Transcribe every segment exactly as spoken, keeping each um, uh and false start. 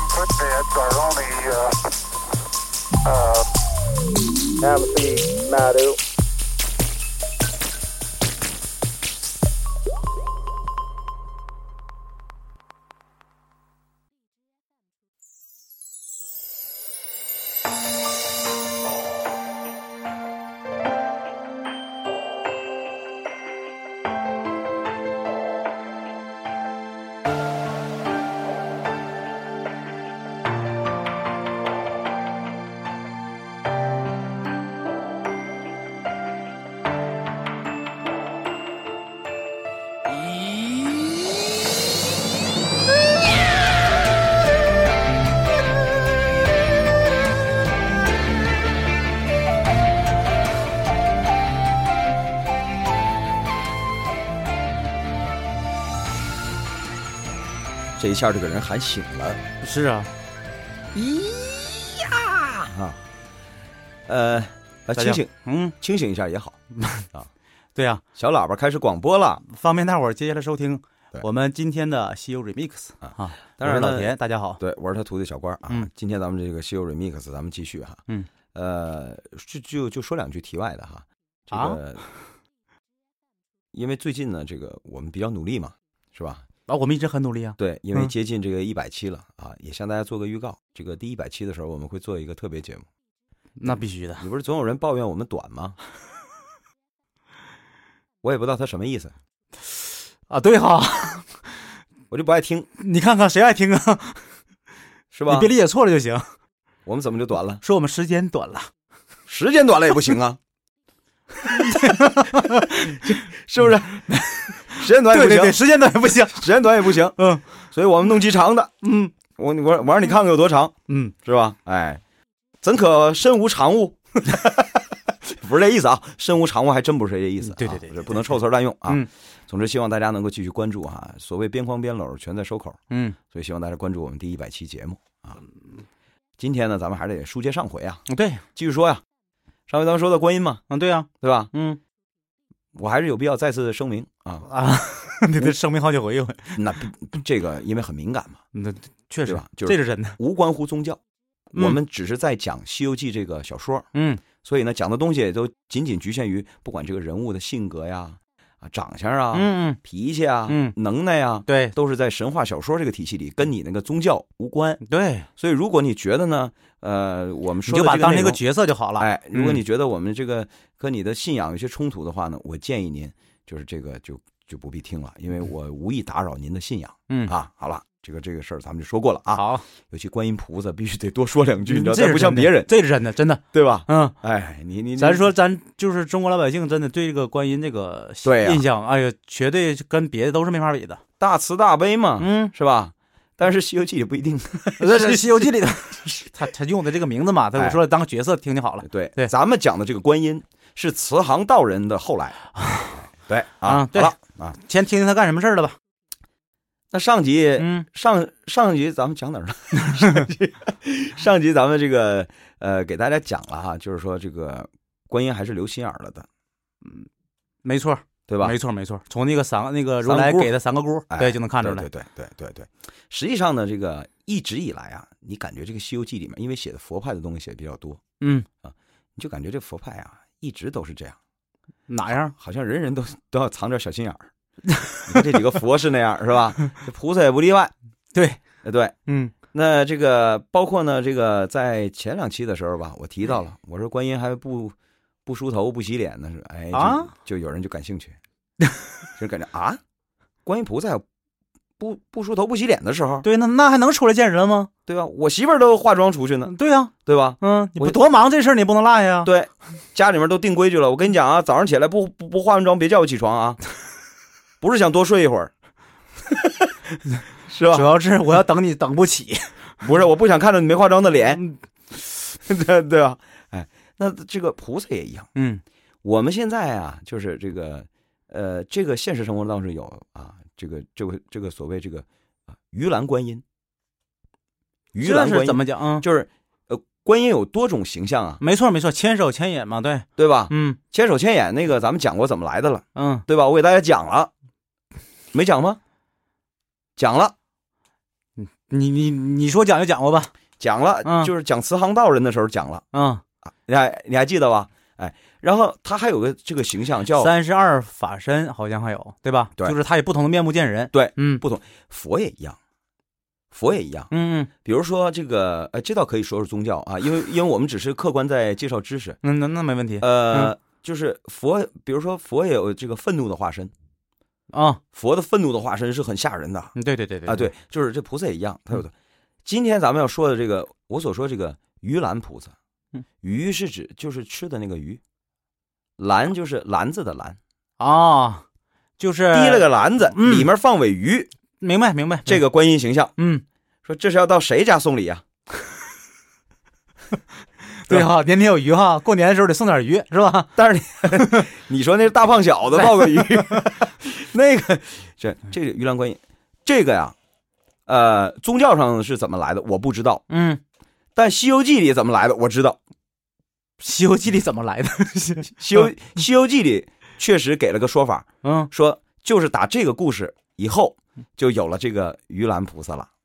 Footbeds are only uh, uh, Amity Madu. 这一下这个人喊醒了。 是啊， 咦呀啊，呃，呃清醒，嗯，清醒一下也好啊。 对呀、啊， 小喇叭开始广播了， 方便大伙儿接下来收听我们今天的西游 remix 啊。啊当然，老田，大家好， 对，我是他徒弟小官啊。 嗯， 今天咱们这个西游 remix， 咱们继续哈。 嗯， 呃，就就就说两句题外的哈。这个，啊、因为最近呢，这个我们比较努力嘛，是吧？ 啊，我们一直很努力啊。 对，因为接近这个一百期了、嗯、啊，也向大家做个预告。这个第一百期的时候，我们会做一个特别节目。 那必须的。 你不是总有人抱怨我们短吗？我也不知道他什么意思。 啊，对哈， 我就不爱听。 你看看谁爱听啊？ 是吧？ 你别理解错了就行。 我们怎么就短了？ 说我们时间短了， 时间短了也不行啊。是不是？时间短也不行， 对对对，时间短也不行， 时间短也不行，嗯，所以我们弄期长的，嗯，我我我让你看看有多长，嗯，是吧？哎，怎可身无长物？不是这意思啊，身无长物还真不是这意思、啊， 对对 对, 对, 对，不能臭词滥用啊。 嗯， 总之希望大家能够继续关注哈，所谓边框边篓全在收口， 嗯， 所以希望大家关注我们第一百期节目啊。今天呢，咱们还得书接上回啊， 对， 继续说呀。上回咱们说到观音嘛， 嗯，对呀、啊， 对吧？ 嗯。 我还是有必要再次声明啊啊！你得声明好几回回。 那这个因为很敏感嘛， 那确实吧，就是这是真的， 无关乎宗教、 嗯。 我们只是在讲《西游记》这个小说， 嗯， 所以呢，讲的东西也都仅仅局限于不管这个人物的性格呀、啊长相啊、 嗯嗯脾气啊、 嗯能耐啊， 对， 都是在神话小说这个体系里，跟你那个宗教无关。 对， 所以如果你觉得呢，呃，我们说你就把当这个角色就好了。 哎，如果你觉得我们这个和你的信仰有些冲突的话呢，我建议您。就是这个就就不必听了，因为我无意打扰您的信仰。嗯啊，好了，这个这个事儿咱们就说过了啊。 好， 尤其观音菩萨必须得多说两句，你知道，这不像别人， 这是真的，真的， 对吧？ 嗯， 哎，你你咱说咱就是中国老百姓真的对这个观音这个印象， 啊、 哎呀，绝对跟别的都是没法比的， 大慈大悲嘛， 嗯， 是吧？但是《西游记》也不一定， 这是《西游记》里的，他他用的这个名字嘛，他我说当角色听就好了。 哎、对对， 咱们讲的这个观音是慈航道人的后来。对啊， 对好了啊， 先听听他干什么事儿了吧。 那上集， 嗯， 上上集咱们讲哪儿了？上集上集咱们这个呃给大家讲了哈，就是说这个观音还是留心眼了的， 嗯，没错， 对吧？ 没错没错，从那个三那个如来给的三个箍， 哎、 对，就能看出来。 对对对对对对。实际上呢，这个一直以来啊，你感觉这个《西游记》里面，因为写的佛派的东西写的比较多， 嗯啊，你就感觉这佛派啊一直都是这样。 哪样？ 好像人人都都要藏点小心眼儿。你看这几个佛是那样，是吧？这菩萨也不例外。 对， 对， 嗯。 那这个包括呢，这个在前两期的时候吧，我提到了，我说观音还不不梳头不洗脸呢，是哎， 啊， 就有人就感兴趣，就感觉啊，观音菩萨不不梳头不洗脸的时候， 对，那那还能出来见人吗？ 对吧？我媳妇儿都化妆出去呢， 对呀、啊， 对吧？ 嗯，你不多忙这事儿你不能落下呀。 对，家里面都定规矩了。我跟你讲啊，早上起来不不不化完妆别叫我起床啊，不是想多睡一会儿，是吧？ 主要是我要等你等不起， 不是我不想看着你没化妆的脸，对对吧？哎，那这个菩萨也一样， 嗯， 我们现在啊，就是这个呃，这个现实生活当中有啊，这个这个这个所谓这个啊鱼篮观音。鱼篮观音怎么讲？嗯， 就是呃，观音有多种形象啊。 没错没错，千手千眼嘛，对对吧？ 嗯， 千手千眼那个咱们讲过怎么来的了， 嗯， 对吧？我给大家讲了，没讲吗？讲了， 嗯， 你你你说讲就讲过吧？ 讲了， 嗯、 就是讲慈航道人的时候讲了， 嗯， 你还你还记得吧？哎，然后他还有个这个形象叫三十二法身，好像还有对吧？ 对， 就是他有不同的面目见人。 对， 嗯， 不同，佛也一样，佛也一样。 嗯嗯， 比如说这个，呃，这倒可以说是宗教啊，因为因为我们只是客观在介绍知识。 嗯，那那没问题。 呃， 嗯、 就是佛，比如说佛也有这个愤怒的化身啊， 佛的愤怒的化身是很吓人的。 嗯，对对对对啊，对，就是这菩萨也一样，他有的。嗯、今天咱们要说的这个，我所说这个鱼篮菩萨，鱼是指就是吃的那个鱼，篮就是篮子的篮啊，就是提了个篮子， 嗯、 里面放尾鱼。 明白明白， 这个观音形象， 嗯， 说这是要到谁家送礼啊？ 对哈，年年有余哈，过年的时候得送点鱼是吧？ 但是你你说那大胖小子抱个鱼，那个这这个鱼篮观音，这个呀，呃，宗教上是怎么来的我不知道， 嗯， 但《西游记》里怎么来的我知道，《 西游记》里怎么来的？ 西游《西游记》里确实给了个说法， 嗯， 说就是打这个故事以后就有了这个鱼篮菩萨了，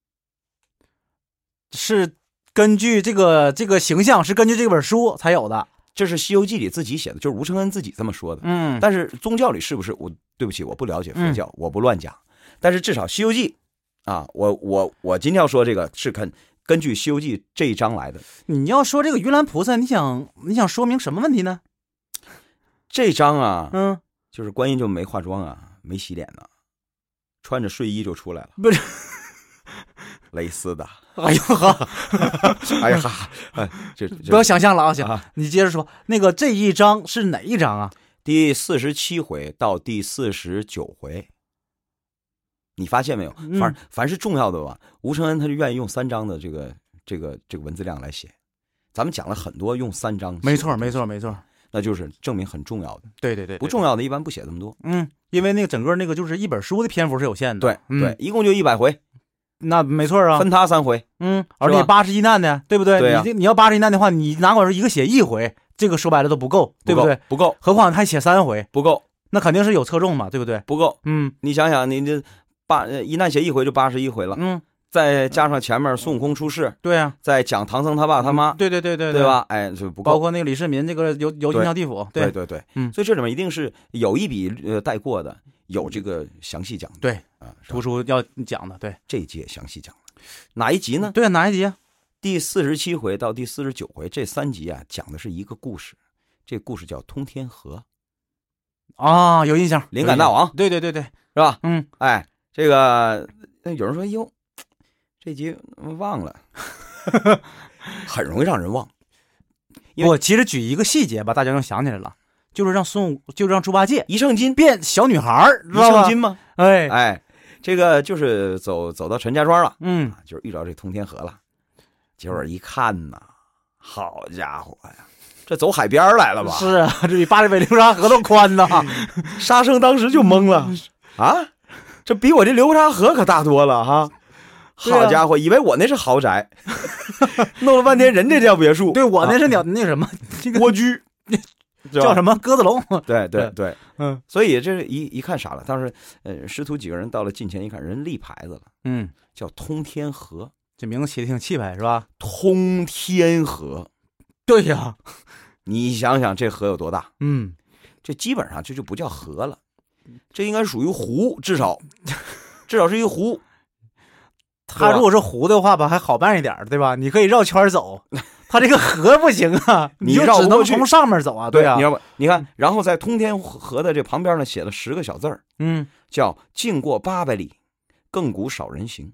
是根据这个这个形象，是根据这本书才有的。 这是《西游记》里自己写的，就是吴承恩自己这么说的。 嗯， 但是宗教里是不是？我对不起，我不了解佛教，嗯、我不乱讲。但是至少《西游记》啊，我我我今天要说这个是根根据《西游记》这一章来的。 你要说这个鱼篮菩萨，你想你想说明什么问题呢？ 这章啊， 嗯， 就是观音就没化妆啊，没洗脸呢，穿着睡衣就出来了。 不是。 蕾丝的， 哎呦哈， 哎呀哈，哎，这不要想象了啊！行，啊、你接着说，那个这一章是哪一章啊？ 第四十七回到第四十九回，你发现没有？ 嗯、 凡凡是重要的吧，吴承恩他就愿意用三章的这个这个这个文字量来写。咱们讲了很多用三章， 没错，没错，没错， 那就是证明很重要的。 对对 对, 对， 不重要的一般不写这么多。 嗯，因为那个整个那个就是一本书的篇幅是有限的。 对、 嗯、 对，一共就一百回。 那没错啊， 分他三回， 嗯，而且八十一难的，对不对？ 对呀、啊， 你你要八十一难的话，你哪管是一个写一回，这个说白了都不够，对不对？ 不够， 何况还写三回， 不够， 那肯定是有侧重嘛，对不对？ 不够， 嗯， 你想想，你这八一难写一回就八十一回了， 嗯， 再加上前面孙悟空出世， 对啊， 再讲唐僧他爸他妈， 嗯、对对对对对吧？哎，就不够， 包括那个李世民这个游游进跳地府， 对对对， 嗯， 所以这里面一定是有一笔呃带过的，有这个详细讲的， 对啊， 突出要讲的，对， 这一节详细讲。哪一集呢？ 对啊，哪一集啊？ 第四十七回到第四十九回这三集啊，讲的是一个故事，这个故事叫通天河。 啊，有印象， 灵感大王， 对对对对，是吧？ 嗯， 哎，这个有人说哟，这集忘了，很容易让人忘。 我其实举一个细节吧，大家能想起来了，就是让孙悟，就是让猪八戒一圣金变小女孩， 一圣金吗？ 哎哎。这个就是走走到陈家庄了， 嗯， 就是遇到这通天河了，结果一看呐，好家伙呀，这走海边来了吧？ 是啊，这比八里北流沙河都宽呐！ 沙僧当时就懵了啊，这比我这流沙河可大多了哈！好家伙，以为我那是豪宅，弄了半天人这叫别墅， 对我那是鸟、啊、那什么这个蜗居。 叫什么鸽子笼？ 对对对， 嗯， 所以这一一看傻了。当时，呃，师徒几个人到了近前一看，人立牌子了， 嗯， 叫通天河， 这名字起的挺气派是吧？ 通天河， 对呀， 你想想这河有多大？ 嗯， 这基本上这就不叫河了，这应该属于湖，至少至少是一个湖。 它如果是湖的话吧，还好办一点，对吧？你可以绕圈走。它这个河不行啊， 你就只能从上面走啊，对啊， 你知道吧？你看，然后在通天河的这旁边呢，写了十个小字儿， 嗯， 叫“近过八百里，亘古少人行”。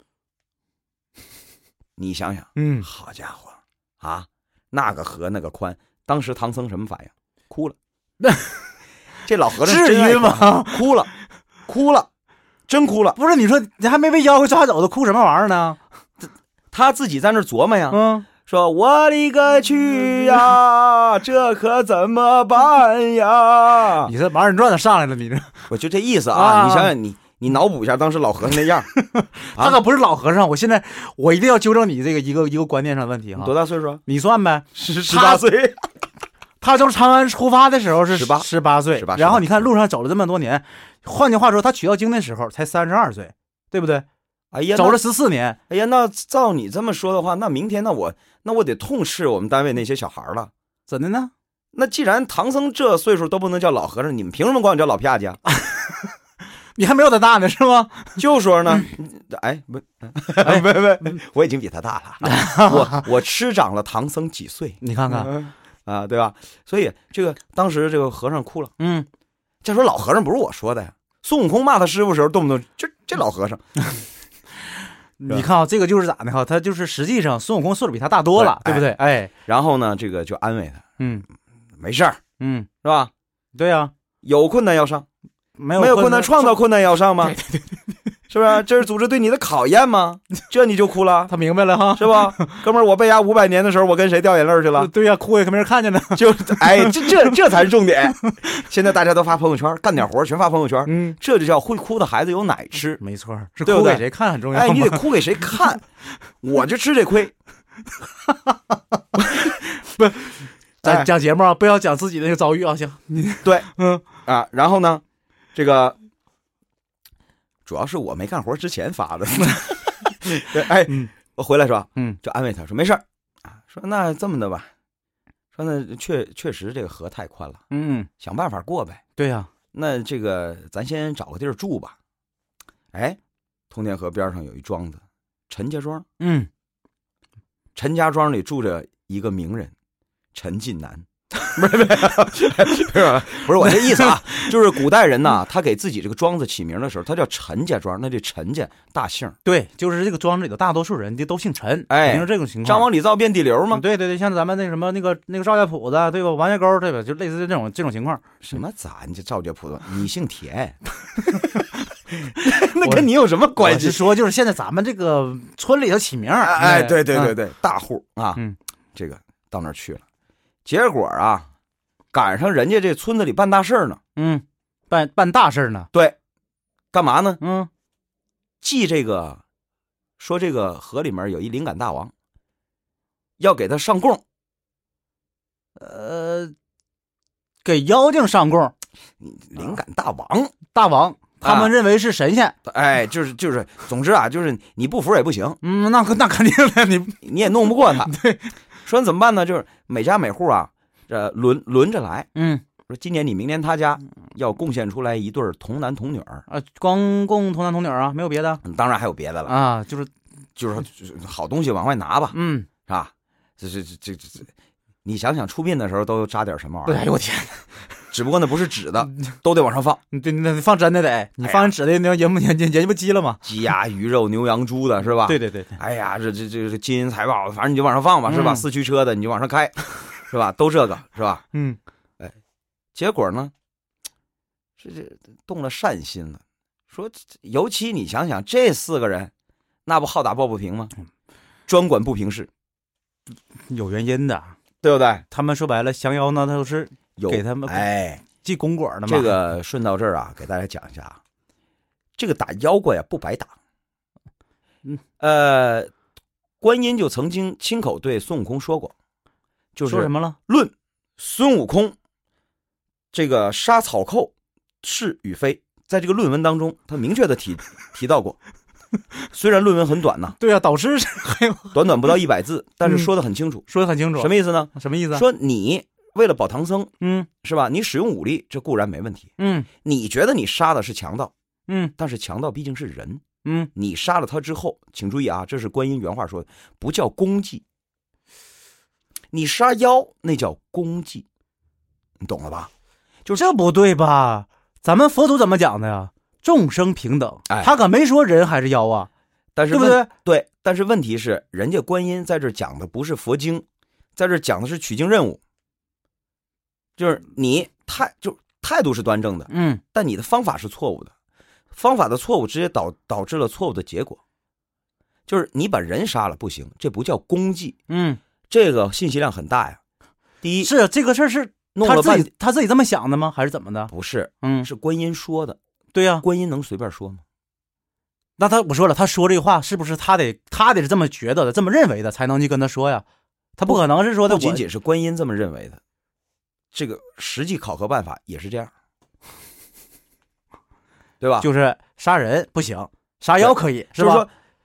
你想想， 嗯， 好家伙啊，那个河那个宽，当时唐僧什么反应？哭了。这老和尚至于吗？ 哭了，哭了，真哭了。 不是，你说你还没被妖怪抓走的，哭什么玩意儿呢？ 他自己在那琢磨呀， 嗯。 说我的个去呀，这可怎么办呀？ 你这《马人传》上来了，你这我就这意思啊！ 啊你想想，你你脑补一下当时老和尚那样， 啊、他可不是老和尚。我现在我一定要纠正你这个一个一个观念上的问题哈。 多大岁数啊？ 你算呗， 十十八岁。 他从长安出发的时候是十八十八岁， 十八。 然后你看路上走了这么多年，换句话说，他取到经的时候才三十二岁，对不对？ 哎呀， 走了十四年。 哎呀，那照你这么说的话，那明天那我那我得痛斥我们单位那些小孩了。 怎的呢？ 那既然唐僧这岁数都不能叫老和尚，你们凭什么管我叫老啪家？ 你还没有他大呢是吗？ 就说呢，哎不，哎不不，我已经比他大了，我我吃长了唐僧几岁？ 你看看啊，对吧？所以这个当时这个和尚哭了。 嗯， 再说老和尚不是我说的呀，孙悟空骂他师傅的时候，动不动这这老和尚。 你看啊，这个就是咋的哈？他就是实际上孙悟空岁数比他大多了， 对, 对不对？哎， 然后呢，这个就安慰他， 嗯， 没事儿， 嗯， 是吧？ 对呀、啊， 有困难要上， 没有没有困难创造困难要上吗？ 对对对对， 是不是？这是组织对你的考验吗？这你就哭了？ 他明白了哈， 是吧？哥们儿，我被压五百年的时候，我跟谁掉眼泪去了？ 对呀、啊，哭也可没人看见呢。 就哎，这这这才是重点。现在大家都发朋友圈，干点活全发朋友圈，嗯，这就叫会哭的孩子有奶吃。 没错，是哭给谁看很重要。 哎，你得哭给谁看？我就吃这亏。 不，咱讲节目啊，不要讲自己的那个遭遇啊，行？ 对， 嗯啊，然后呢，这个主要是我没干活之前发的。对，哎，嗯、我回来说，嗯，就安慰他说没事儿啊，说那这么的吧，说那确确实这个河太宽了， 嗯， 想办法过呗。 对呀、啊， 那这个咱先找个地儿住吧。哎，通天河边上有一庄子，陈家庄。 嗯， 陈家庄里住着一个名人，陈近南。不是不是不是不是我这意思啊，就是古代人呐，他给自己这个庄子起名的时候，他叫陈家庄，那这陈家大姓。 对，就是这个庄子里的大多数人都姓陈， 哎， 是这种情况。 张王李赵遍地流嘛。 对对对，像咱们那什么那个那个赵家铺子，对吧？王家沟，对吧？就类似这种这种情况。 什么咱这赵家铺子？你姓田。那跟你有什么关系？ 是说，就是现在咱们这个村里头起名， 哎，对对对对， 嗯、 大户啊， 嗯， 这个到那儿去了，结果啊，赶上人家这村子里办大事呢， 嗯，办办大事呢， 对，干嘛呢？ 嗯， 祭这个，说这个河里面有一灵感大王，要给他上供， 呃，给妖精上供， 灵感大王， 大王。他们认为是神仙， 啊、哎，就是就是，总之啊，就是你不服也不行， 嗯，那那肯定的，你你也弄不过他。 对， 说怎么办呢？就是每家每户啊，这轮轮着来， 嗯， 说今年你，明年他家要贡献出来一对童男童女儿啊，光供童男童女啊，没有别的， 当然还有别的了啊，就是就是说好东西往外拿吧， 嗯， 是吧？这这这这这，你想想出殡的时候都扎点什么玩意儿？ 哎呦我天！ 只不过那不是纸的，都得往上放。 对，那放真的得，你放纸的，那人不人人家不急了吗？ 鸡鸭鱼肉牛羊猪的是吧？ 对对对。 哎呀，这这这这金银财宝，反正你就往上放吧，是吧？嗯、四驱车的你就往上开，是吧？都这个是吧？ 嗯， 哎，结果呢，这这动了善心了，说尤其你想想，这四个人，那不好打抱不平吗？专管不平事， 有原因的， 对不对？ 他们说白了，降妖呢，他都是。给他们哎寄公果的嘛。 这个顺到这儿啊，给大家讲一下啊，这个打妖怪啊不白打。 嗯， 呃，观音就曾经亲口对孙悟空说过，就是说什么了？ 论孙悟空这个杀草寇是与非，在这个论文当中，他明确的提提到过。虽然论文很短呐， 对啊，导师还有短短不到一百字，但是说的很清楚， 嗯、说的很清楚。 什么意思呢？ 什么意思？ 说你。为了保唐僧， 嗯， 是吧？你使用武力，这固然没问题， 嗯， 你觉得你杀的是强盗， 嗯， 但是强盗毕竟是人， 嗯， 你杀了他之后，请注意啊，这是观音原话说的，不叫功绩，你杀妖那叫功绩，你懂了吧？ 就这不对吧？咱们佛祖怎么讲的呀？众生平等， 哎， 他可没说人还是妖啊， 但是对不对？ 对，但是问题是，人家观音在这讲的不是佛经，在这讲的是取经任务。就是你态就态度是端正的， 嗯， 但你的方法是错误的，方法的错误直接导导致了错误的结果，就是你把人杀了不行，这不叫功绩， 嗯， 这个信息量很大呀。第一是这个事儿是他自己他自己这么想的吗？还是怎么的？ 不是， 嗯， 是观音说的。 对呀、啊， 观音能随便说吗？ 那他我说了，他说这话是不是他得他得是这么觉得的，这么认为的才能去跟他说呀？他不可能是说的， 不仅仅是观音这么认为的。这个实际考核办法也是这样，对吧？ 就是杀人不行，杀妖可以，是吧？ 就是说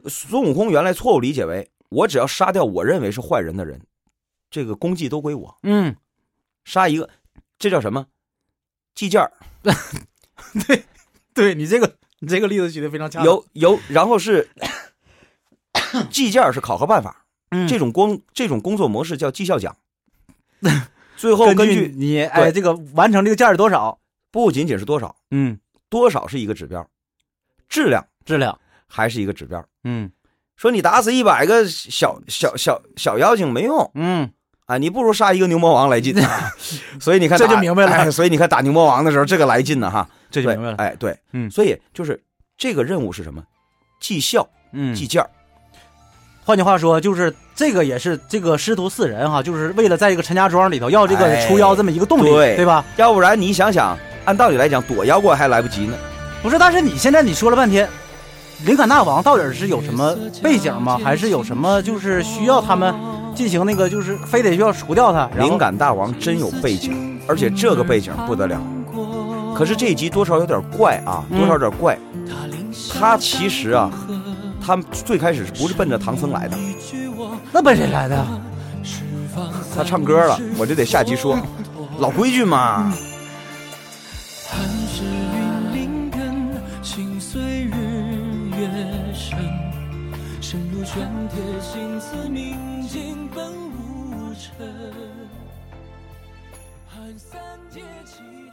孙悟空原来错误理解为我只要杀掉我认为是坏人的人，这个功绩都归我。 嗯， 杀一个，这叫什么？计件儿。 对，对你这个你这个例子举得非常恰当。 有有，然后是计件儿是考核办法， 嗯， 这种工这种工作模式叫绩效奖。最后根据你哎这个完成这个件儿多少， 不仅仅是多少， 嗯， 多少是一个指标，质量质量还是一个指标。 嗯， 说你打死一百个小小小小妖精没用， 嗯啊，你不如杀一个牛魔王来劲。所以你看这就明白了、 哎。所以你看打牛魔王的时候，这个来劲呢哈， 这就明白了。 哎，对， 嗯， 所以就是这个任务是什么？绩效， 嗯， 计件儿。 换句话说，就是这个也是这个师徒四人哈，就是为了在一个陈家庄里头要这个除妖这么一个动力， 哎、对对吧？ 要不然你想想，按道理来讲，躲妖怪还来不及呢。 不是，但是你现在你说了半天，灵感大王到底是有什么背景吗？还是有什么就是需要他们进行那个就是非得要除掉他？ 灵感大王真有背景，而且这个背景不得了。可是这一集多少有点怪啊，多少有点怪。嗯、他其实啊。他最开始不是奔着唐僧来的， 那奔谁来的？ 他唱歌了，我就得下集说，老规矩嘛。 寒是云林根，心随日月深，深入玄铁，心似明镜本无尘。寒三界起